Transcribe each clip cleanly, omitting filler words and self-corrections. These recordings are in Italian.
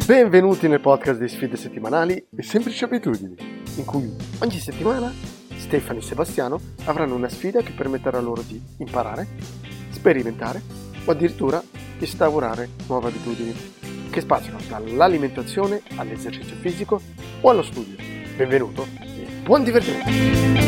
Benvenuti nel podcast di sfide settimanali e semplici abitudini, in cui ogni settimana Stefano e Sebastiano avranno una sfida che permetterà loro di imparare, sperimentare o addirittura instaurare nuove abitudini che spaziano dall'alimentazione all'esercizio fisico o allo studio. Benvenuto e buon divertimento!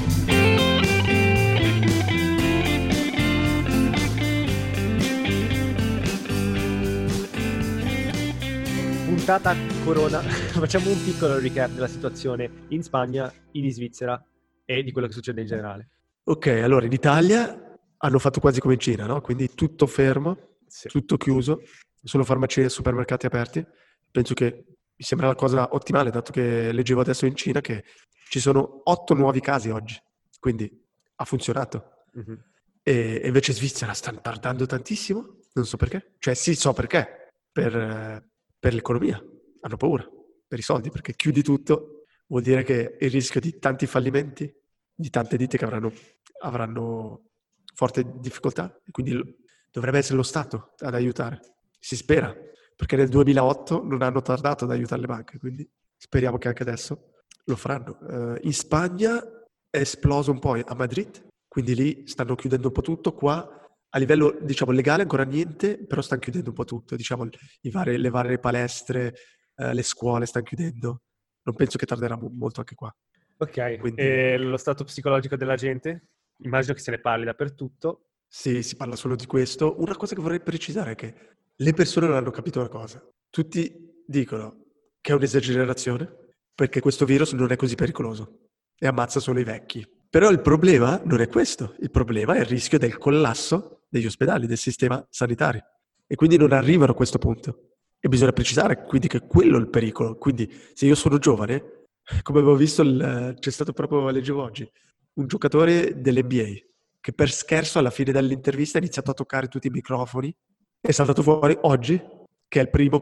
Puntata Corona. Facciamo un piccolo recap della situazione in Spagna, in Svizzera e di quello che succede in generale. Ok, allora in Italia hanno fatto quasi come in Cina, no? Quindi tutto fermo, Sì. tutto chiuso, solo farmacie e supermercati aperti. Penso che mi sembra la cosa ottimale, dato che leggevo adesso in Cina che ci sono 8 nuovi casi oggi, quindi ha funzionato. Mm-hmm. E invece in Svizzera stanno tardando tantissimo, non so perché. Cioè sì, so perché, per l'economia, hanno paura, per i soldi, perché chiudi tutto, vuol dire che il rischio di tanti fallimenti, di tante ditte che avranno forte difficoltà, e quindi dovrebbe essere lo Stato ad aiutare. Si spera, perché nel 2008 non hanno tardato ad aiutare le banche, quindi speriamo che anche adesso lo faranno. In Spagna è esploso un po' a Madrid, quindi lì stanno chiudendo un po' tutto. Qua a livello, diciamo, legale ancora niente, però stanno chiudendo un po' tutto, diciamo, le varie palestre, le scuole stanno chiudendo. Non penso che tarderà molto anche qua. Ok, Quindi, e lo stato psicologico della gente? Immagino che se ne parli dappertutto. sì, si parla solo di questo. Una cosa che vorrei precisare è che le persone non hanno capito una cosa. Tutti dicono che è un'esagerazione, perché questo virus non è così pericoloso e ammazza solo i vecchi. Però il problema non è questo. Il problema è il rischio del collasso degli ospedali, del sistema sanitario. E quindi non arrivano a questo punto. E bisogna precisare quindi che quello è il pericolo. Quindi se io sono giovane, come avevo visto, c'è stato proprio, leggevo oggi, un giocatore dell'NBA che per scherzo alla fine dell'intervista ha iniziato a toccare tutti i microfoni. È saltato fuori oggi che è il primo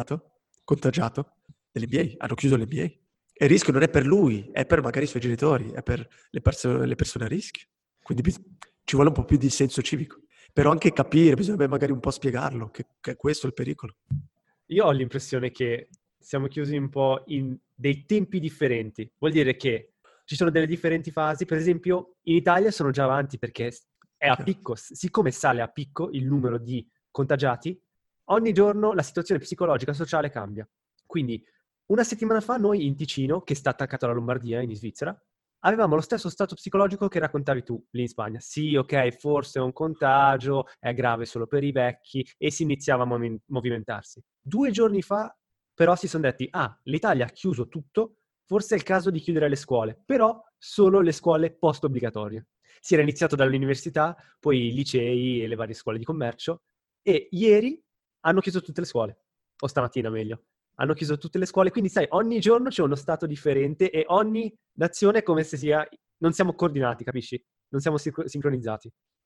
contagiato dell'NBA. Hanno chiuso l'NBA. E il rischio non è per lui, è per magari i suoi genitori, è per le persone a rischio. Quindi ci vuole un po' più di senso civico. Però anche capire, bisogna magari un po' spiegarlo, che è questo il pericolo. Io ho l'impressione che siamo chiusi un po' in dei tempi differenti. Vuol dire che ci sono delle differenti fasi. Per esempio, in Italia sono già avanti perché è a picco. Siccome sale a picco il numero di contagiati, ogni giorno la situazione psicologica e sociale cambia. Quindi, una settimana fa noi in Ticino, che sta attaccato alla Lombardia, in Svizzera, avevamo lo stesso stato psicologico che raccontavi tu lì in Spagna. Sì, ok, forse è un contagio, è grave solo per i vecchi, e si iniziava a movimentarsi. 2 giorni fa, però, si sono detti, l'Italia ha chiuso tutto, forse è il caso di chiudere le scuole, però solo le scuole post-obbligatorie. Si era iniziato dall'università, poi i licei e le varie scuole di commercio, e ieri hanno chiuso tutte le scuole, o stamattina meglio. Hanno chiuso tutte le scuole, quindi sai, ogni giorno c'è uno stato differente e ogni nazione è come se non siamo coordinati, capisci? Non siamo sincronizzati.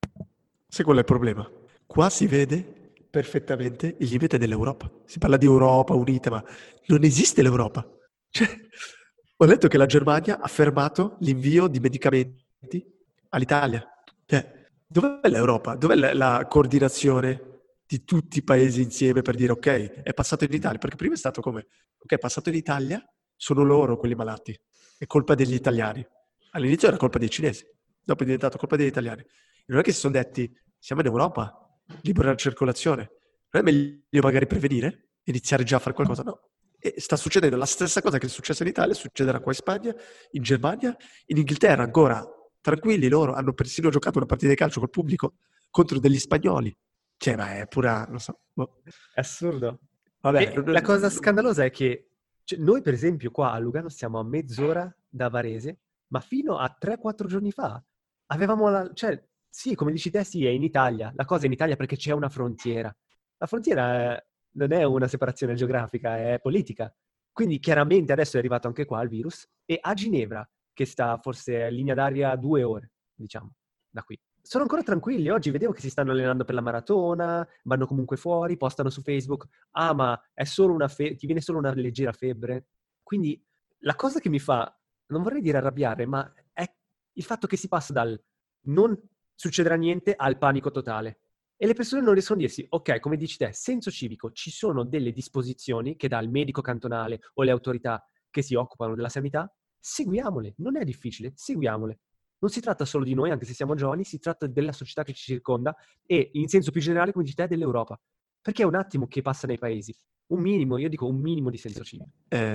Sai qual è il problema? Qua si vede perfettamente il limite dell'Europa. Si parla di Europa unita, ma non esiste l'Europa. Cioè, ho letto che la Germania ha fermato l'invio di medicamenti all'Italia. Cioè, dov'è l'Europa? Dov'è la coordinazione di tutti i paesi insieme per dire ok, è passato in Italia? Perché prima è stato come? Ok, è passato in Italia, sono loro quelli malati. È colpa degli italiani. All'inizio era colpa dei cinesi, dopo è diventato colpa degli italiani. Non è che si sono detti, siamo in Europa, libera circolazione. Non è meglio magari prevenire, iniziare già a fare qualcosa? No. E sta succedendo la stessa cosa che è successa in Italia, succederà qua in Spagna, in Germania, in Inghilterra ancora. Tranquilli, loro hanno persino giocato una partita di calcio col pubblico contro degli spagnoli. Cioè, ma è pura, non so. Boh. È assurdo. Vabbè, La cosa scandalosa è che noi, per esempio, qua a Lugano siamo a mezz'ora da Varese, ma fino a 3-4 giorni fa avevamo sì, come dici te, sì, è in Italia. La cosa è in Italia perché c'è una frontiera. La frontiera non è una separazione geografica, è politica. Quindi chiaramente adesso è arrivato anche qua il virus, e a Ginevra, che sta forse a linea d'aria 2 ore, diciamo, da qui. Sono ancora tranquilli. Oggi vedevo che si stanno allenando per la maratona, vanno comunque fuori, postano su Facebook, ma è solo ti viene solo una leggera febbre. Quindi la cosa che mi fa, non vorrei dire arrabbiare, ma è il fatto che si passa dal non succederà niente al panico totale. E le persone non riescono a dirsi, ok, come dici te, senso civico, ci sono delle disposizioni che dà il medico cantonale o le autorità che si occupano della sanità, seguiamole, non è difficile, seguiamole. Non si tratta solo di noi, anche se siamo giovani, si tratta della società che ci circonda e, in senso più generale, come dici te, dell'Europa. Perché è un attimo che passa nei paesi. Un minimo, io dico un minimo di senso civico.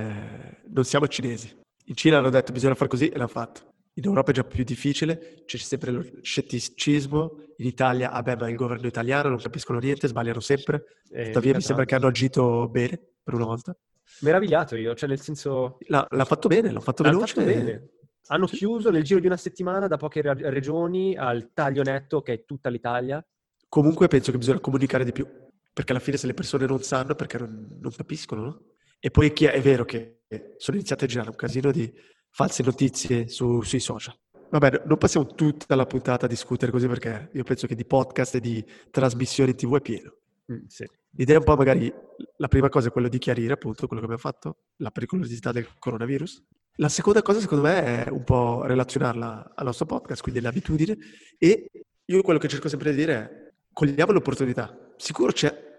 Non siamo cinesi. In Cina hanno detto bisogna fare così e l'hanno fatto. In Europa è già più difficile, c'è sempre lo scetticismo. In Italia, ma il governo italiano non capiscono niente, sbagliano sempre. Tuttavia mi sembra che hanno agito bene per una volta. Meravigliato io, cioè nel senso... L'ha fatto bene, l'ha fatto veloce. Fatto bene. Hanno Sì. chiuso nel giro di una settimana da poche regioni al taglio netto che è tutta l'Italia. Comunque penso che bisogna comunicare di più, perché alla fine se le persone non sanno è perché non capiscono, no? E poi è vero che sono iniziate a girare un casino di false notizie sui social. Vabbè, non passiamo tutta la puntata a discutere così, perché io penso che di podcast e di trasmissioni TV è pieno. Sì. L'idea è un po' magari, la prima cosa è quello di chiarire appunto quello che abbiamo fatto, la pericolosità del coronavirus. La seconda cosa secondo me è un po' relazionarla al nostro podcast, quindi l'abitudine, e io quello che cerco sempre di dire è cogliamo l'opportunità. Sicuro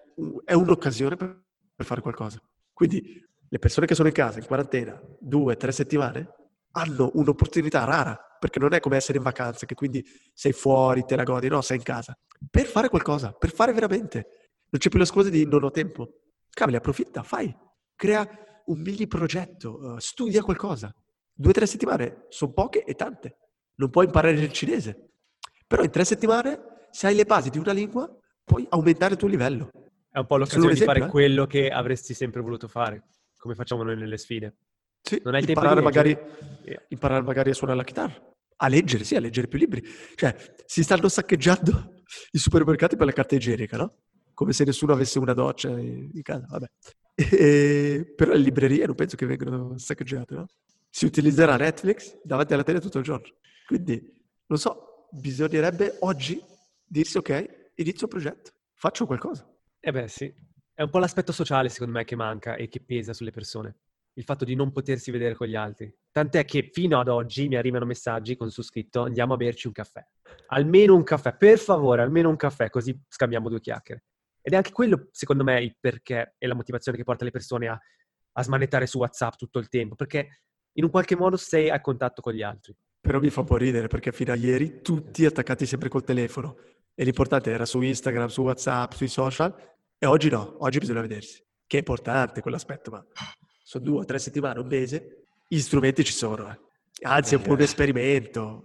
è un'occasione per fare qualcosa. Quindi le persone che sono in casa, in quarantena, 2-3 settimane, hanno un'opportunità rara, perché non è come essere in vacanza, che quindi sei fuori, te la godi, no, sei in casa. Per fare qualcosa, per fare veramente. Non c'è più la scusa di non ho tempo. Cavoli, approfitta, fai. Crea un mini progetto, studia qualcosa. 2-3 settimane sono poche e tante. Non puoi imparare il cinese. Però in 3 settimane, se hai le basi di una lingua, puoi aumentare il tuo livello. È un po' l'occasione di fare quello che avresti sempre voluto fare, come facciamo noi nelle sfide. Sì, non hai imparare tempo di imparare magari a suonare la chitarra, a leggere, sì, a leggere più libri. Cioè, si stanno saccheggiando i supermercati per la carta igienica, no? Come se nessuno avesse una doccia in casa, vabbè. Però le librerie non penso che vengano saccheggiate, no? Si utilizzerà Netflix davanti alla tele tutto il giorno. Quindi, non so, bisognerebbe oggi dirsi, ok, inizio un progetto, faccio qualcosa. Sì. È un po' l'aspetto sociale, secondo me, che manca e che pesa sulle persone. Il fatto di non potersi vedere con gli altri. Tant'è che fino ad oggi mi arrivano messaggi con su scritto andiamo a berci un caffè. Almeno un caffè, per favore, almeno un caffè, così scambiamo 2 chiacchiere. Ed è anche quello, secondo me, il perché e la motivazione che porta le persone a smanettare su WhatsApp tutto il tempo, perché in un qualche modo sei a contatto con gli altri. Però mi fa un po' ridere, perché fino a ieri tutti attaccati sempre col telefono. E l'importante era su Instagram, su WhatsApp, sui social. E oggi no, oggi bisogna vedersi. Che è importante quell'aspetto, ma sono 2 o 3 settimane, un mese, gli strumenti ci sono. Anzi, è un po' un esperimento.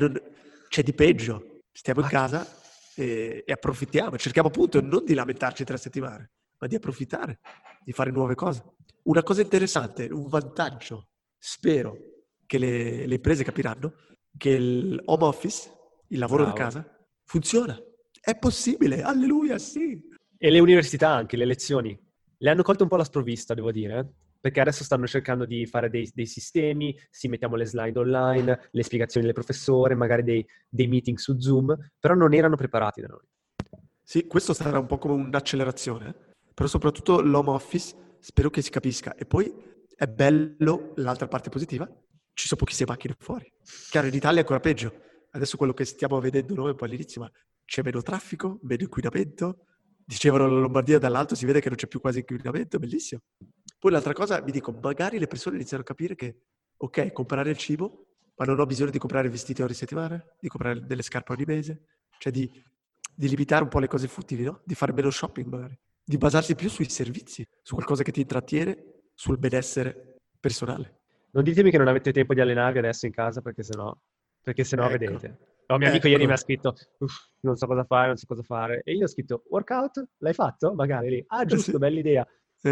C'è di peggio. Stiamo in casa e approfittiamo. Cerchiamo appunto non di lamentarci 3 settimane, ma di approfittare, di fare nuove cose. Una cosa interessante, un vantaggio, spero che le imprese capiranno, che il home office, il lavoro da casa, funziona. È possibile, alleluia, sì. E le università anche, le lezioni, le hanno colto un po' la sprovvista, devo dire, perché adesso stanno cercando di fare dei sistemi, mettiamo le slide online, le spiegazioni del professore, magari dei meeting su Zoom, però non erano preparati da noi. Sì, questo sarà un po' come un'accelerazione, però soprattutto l'home office spero che si capisca. E poi è bello, l'altra parte positiva, ci sono pochissime macchine fuori. Chiaro, in Italia è ancora peggio. Adesso quello che stiamo vedendo noi un po' all'inizio, ma c'è meno traffico, meno inquinamento. Dicevano la Lombardia dall'alto, si vede che non c'è più quasi inquinamento, è bellissimo. Poi l'altra cosa, mi dico, magari le persone iniziano a capire che, ok, comprare il cibo, ma non ho bisogno di comprare vestiti ogni settimana, di comprare delle scarpe ogni mese, cioè di limitare un po' le cose futili, no? Di fare meno shopping magari, di basarsi più sui servizi, su qualcosa che ti intrattiene, sul benessere personale. Non ditemi che non avete tempo di allenarvi adesso in casa perché sennò ecco. Vedete. Un mio amico ieri mi ha scritto non so cosa fare e io ho scritto workout? L'hai fatto? Magari lì. Ah giusto, bella idea.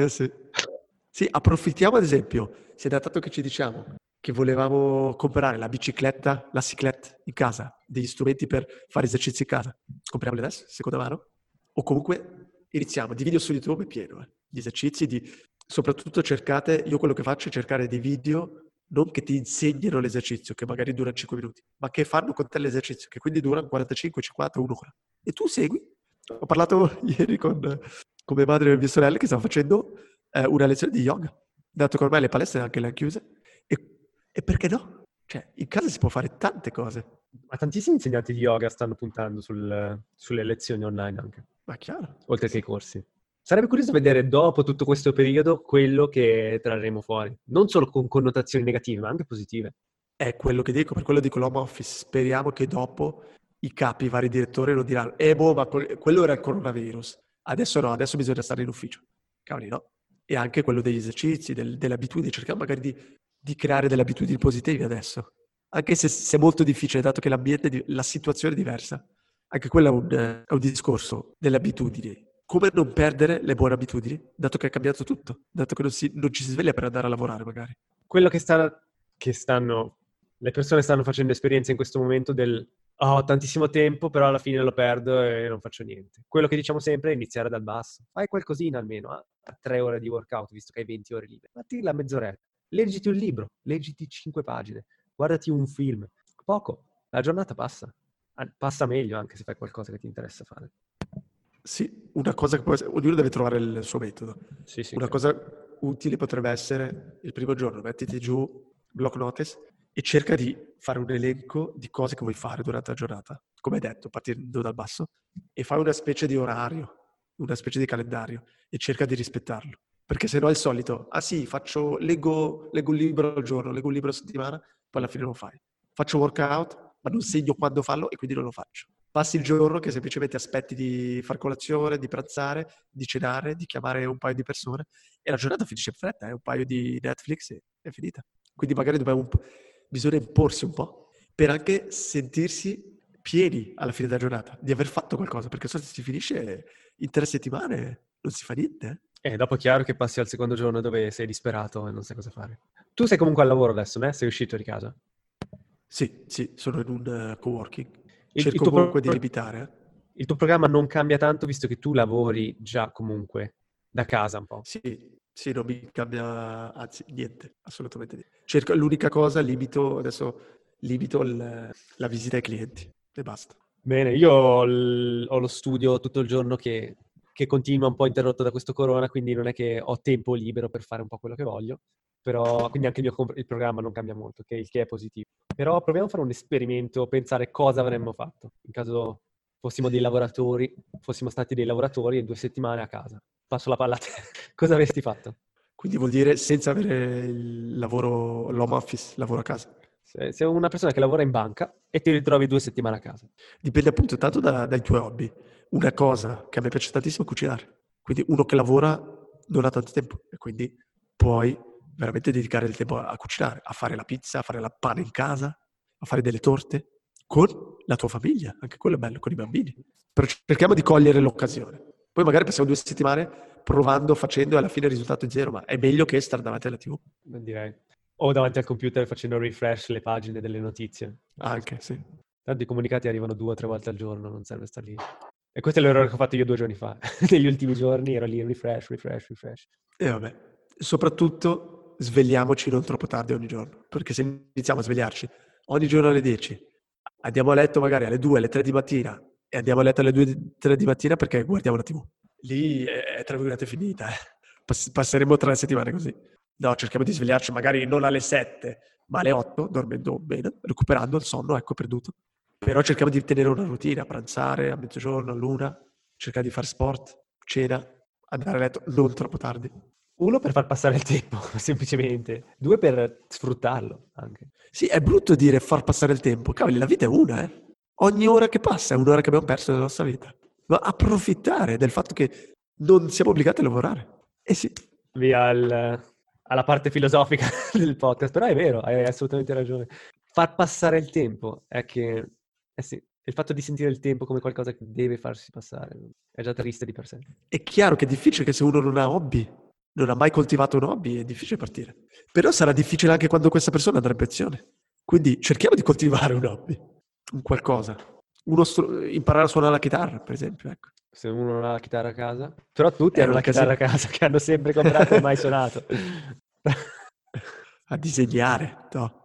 Sì, approfittiamo ad esempio, se da tanto che ci diciamo che volevamo comprare la bicicletta, la cyclette in casa, degli strumenti per fare esercizi in casa, compriamoli adesso, seconda mano, o comunque iniziamo, di video su YouTube è pieno, di esercizi, soprattutto cercate, io quello che faccio è cercare dei video non che ti insegnino l'esercizio, che magari dura 5 minuti, ma che fanno con te l'esercizio, che quindi dura 45, 50, un'ora. E tu segui. Ho parlato ieri con mia madre e mie sorelle che stanno facendo una lezione di yoga, dato che ormai le palestre anche le hanno chiuse. E perché no? Cioè, in casa si può fare tante cose. Ma tantissimi insegnanti di yoga stanno puntando sulle lezioni online anche, Ma chiaro. oltre che i corsi. Sarebbe curioso vedere dopo tutto questo periodo quello che trarremo fuori. Non solo con connotazioni negative, ma anche positive. È quello che dico, per quello dico l'home office. Speriamo che dopo i capi, i vari direttori lo diranno. Ma quello era il coronavirus. Adesso no, adesso bisogna stare in ufficio. Cavoli, no. E anche quello degli esercizi, delle abitudini. Cerchiamo magari di creare delle abitudini positive adesso. Anche se è molto difficile, dato che l'ambiente, la situazione è diversa. Anche quello è un discorso delle abitudini. Come non perdere le buone abitudini, dato che è cambiato tutto, dato che non ci si sveglia per andare a lavorare magari. Quello le persone stanno facendo esperienza in questo momento ho tantissimo tempo, però alla fine lo perdo e non faccio niente. Quello che diciamo sempre è iniziare dal basso. Fai qualcosina almeno, a 3 ore di workout, visto che hai 20 ore libere. Fatti la mezz'oretta. Leggiti un libro, leggiti 5 pagine, guardati un film. Poco, la giornata passa. Passa meglio anche se fai qualcosa che ti interessa fare. Sì, una cosa che può essere, ognuno deve trovare il suo metodo. Sì, Una cosa utile potrebbe essere il primo giorno, mettiti giù block notice e cerca di fare un elenco di cose che vuoi fare durante la giornata. Come detto, partendo dal basso, e fai una specie di orario, una specie di calendario e cerca di rispettarlo. Perché se no è il solito, leggo un libro al giorno, leggo un libro a settimana, poi alla fine non lo fai. Faccio workout, ma non segno quando farlo e quindi non lo faccio. Passi il giorno che semplicemente aspetti di far colazione, di pranzare, di cenare, di chiamare un paio di persone e la giornata finisce in fretta, un paio di Netflix e è finita. Quindi magari bisogna imporsi un po' per anche sentirsi pieni alla fine della giornata, di aver fatto qualcosa, perché se si finisce in 3 settimane non si fa niente. E dopo è chiaro che passi al secondo giorno dove sei disperato e non sai cosa fare. Tu sei comunque al lavoro adesso, né? Sei uscito di casa? Sì, sono in un coworking. Il Cerco tuo comunque di limitare. Il tuo programma non cambia tanto visto che tu lavori già comunque da casa un po'. Sì, non mi cambia, anzi, niente, assolutamente niente. L'unica cosa, limito la visita ai clienti e basta. Bene, io ho lo studio tutto il giorno che continua un po' interrotto da questo corona, quindi non è che ho tempo libero per fare un po' quello che voglio, però quindi anche il programma non cambia molto, il che è positivo. Però proviamo a fare un esperimento, pensare cosa avremmo fatto in caso fossimo stati dei lavoratori e 2 settimane a casa. Passo la palla a te. Cosa avresti fatto? Quindi vuol dire senza avere il lavoro, l'home office, lavoro a casa. Sei una persona che lavora in banca e ti ritrovi 2 settimane a casa. Dipende appunto tanto dai tuoi hobby. Una cosa che a me piace tantissimo è cucinare. Quindi uno che lavora non ha tanto tempo e quindi puoi veramente dedicare il tempo a cucinare, a fare la pizza, a fare la pane in casa, a fare delle torte con la tua famiglia. Anche quello è bello, con i bambini. Però cerchiamo di cogliere l'occasione. Poi magari passiamo 2 settimane provando, facendo e alla fine il risultato è 0, ma è meglio che stare davanti alla TV. Direi. O davanti al computer facendo refresh le pagine delle notizie. Anche, sì. Tanto i comunicati arrivano 2 o 3 volte al giorno, non serve star lì. E questo è l'errore che ho fatto io 2 giorni fa. Negli ultimi giorni ero lì, refresh. E vabbè, soprattutto svegliamoci non troppo tardi ogni giorno, perché se iniziamo a svegliarci ogni giorno alle 10, andiamo a letto magari alle 2, alle 3 di mattina e andiamo a letto alle 2, 3 di mattina perché guardiamo la TV. Lì è tra virgolette finita. Passeremo 3 settimane così. No, cerchiamo di svegliarci magari non alle 7, ma alle 8, dormendo bene, recuperando il sonno, ecco, perduto. Però cerchiamo di tenere una routine, a pranzare, a mezzogiorno, all'una, cercare di fare sport, cena, andare a letto non troppo tardi. 1 per far passare il tempo, semplicemente. 2 per sfruttarlo anche. Sì, è brutto dire far passare il tempo. Cavoli, la vita è una, eh. Ogni ora che passa è un'ora che abbiamo perso nella nostra vita. Ma approfittare del fatto che non siamo obbligati a lavorare. Eh sì. Via alla parte filosofica del podcast, però è vero, hai assolutamente ragione. Far passare il tempo è che, sì, il fatto di sentire il tempo come qualcosa che deve farsi passare è già triste di per sé. È chiaro che è difficile che se uno non ha hobby, non ha mai coltivato un hobby, è difficile partire. Però sarà difficile anche quando questa persona andrà in pensione. Quindi cerchiamo di coltivare un hobby, un qualcosa. Imparare a suonare la chitarra, per esempio, ecco. Se uno non ha la chitarra a casa, però tutti hanno la chitarra a casa che hanno sempre comprato e mai suonato. A disegnare, no.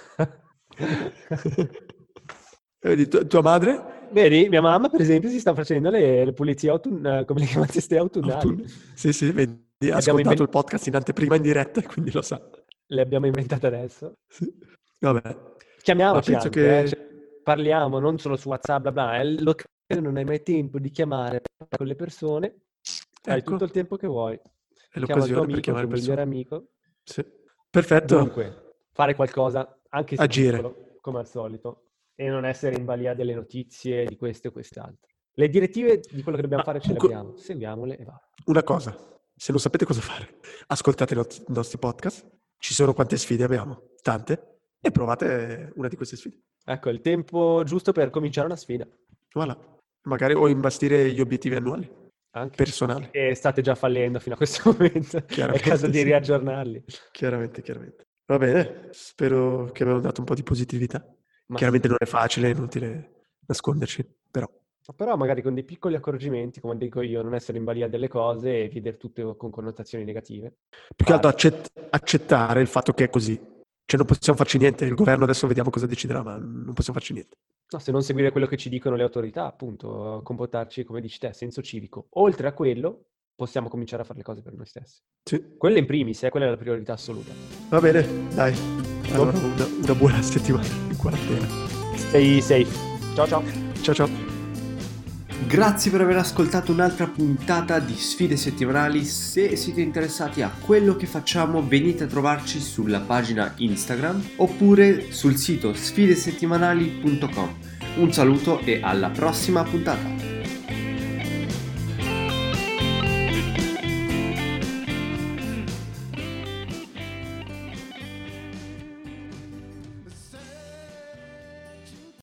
Vedi, tua madre? Vedi, mia mamma per esempio si sta facendo le pulizie come le chiamate ste autunnali. Sì, vedi, ha ascoltato il podcast in anteprima in diretta e quindi lo sa. Le abbiamo inventate adesso. Sì. Vabbè. Chiamiamoci Ma penso anche, che- cioè, parliamo non solo su WhatsApp, bla bla, è l'occasione, non hai mai tempo di chiamare con le persone, hai Ecco, tutto il tempo che vuoi. è Chiama il tuo l'occasione per amico, il chiamare tuo migliore persone. amico. Sì. Perfetto. Dunque, fare qualcosa, anche se Agire. piccolo, come al solito, e non essere in balia delle notizie di queste o quest'altre. Le direttive di quello che dobbiamo Ma fare ce le comunque- abbiamo, seguiamole e va. Una cosa, se non sapete cosa fare, ascoltate i nostri podcast, ci sono quante sfide abbiamo, tante, e provate una di queste sfide. Ecco, è il tempo giusto per cominciare una sfida. Voilà. Magari o imbastire gli obiettivi annuali, Anche. personali. E state già fallendo fino a questo momento. È Chiaramente, caso di sì. riaggiornarli. Chiaramente. Va bene, spero che abbiamo dato un po' di positività. Ma Chiaramente sì. non è facile, è inutile nasconderci, però. Però magari con dei piccoli accorgimenti, come dico io, non essere in balia delle cose e vedere tutto con connotazioni negative. Più che altro Basta. accettare il fatto che è così. Cioè non possiamo farci niente, il governo adesso vediamo cosa deciderà, ma non possiamo farci niente. No, se non seguire quello che ci dicono le autorità, appunto, comportarci, come dici te, a senso civico. Oltre a quello, possiamo cominciare a fare le cose per noi stessi. Sì, Quello in primis, quella è la priorità assoluta. va bene, dai. Allora una buona settimana in quarantena. Stay safe. Ciao ciao. Ciao. Grazie per aver ascoltato un'altra puntata di Sfide Settimanali. Se siete interessati a quello che facciamo, venite a trovarci sulla pagina Instagram oppure sul sito sfidesettimanali.com. Un saluto e alla prossima puntata!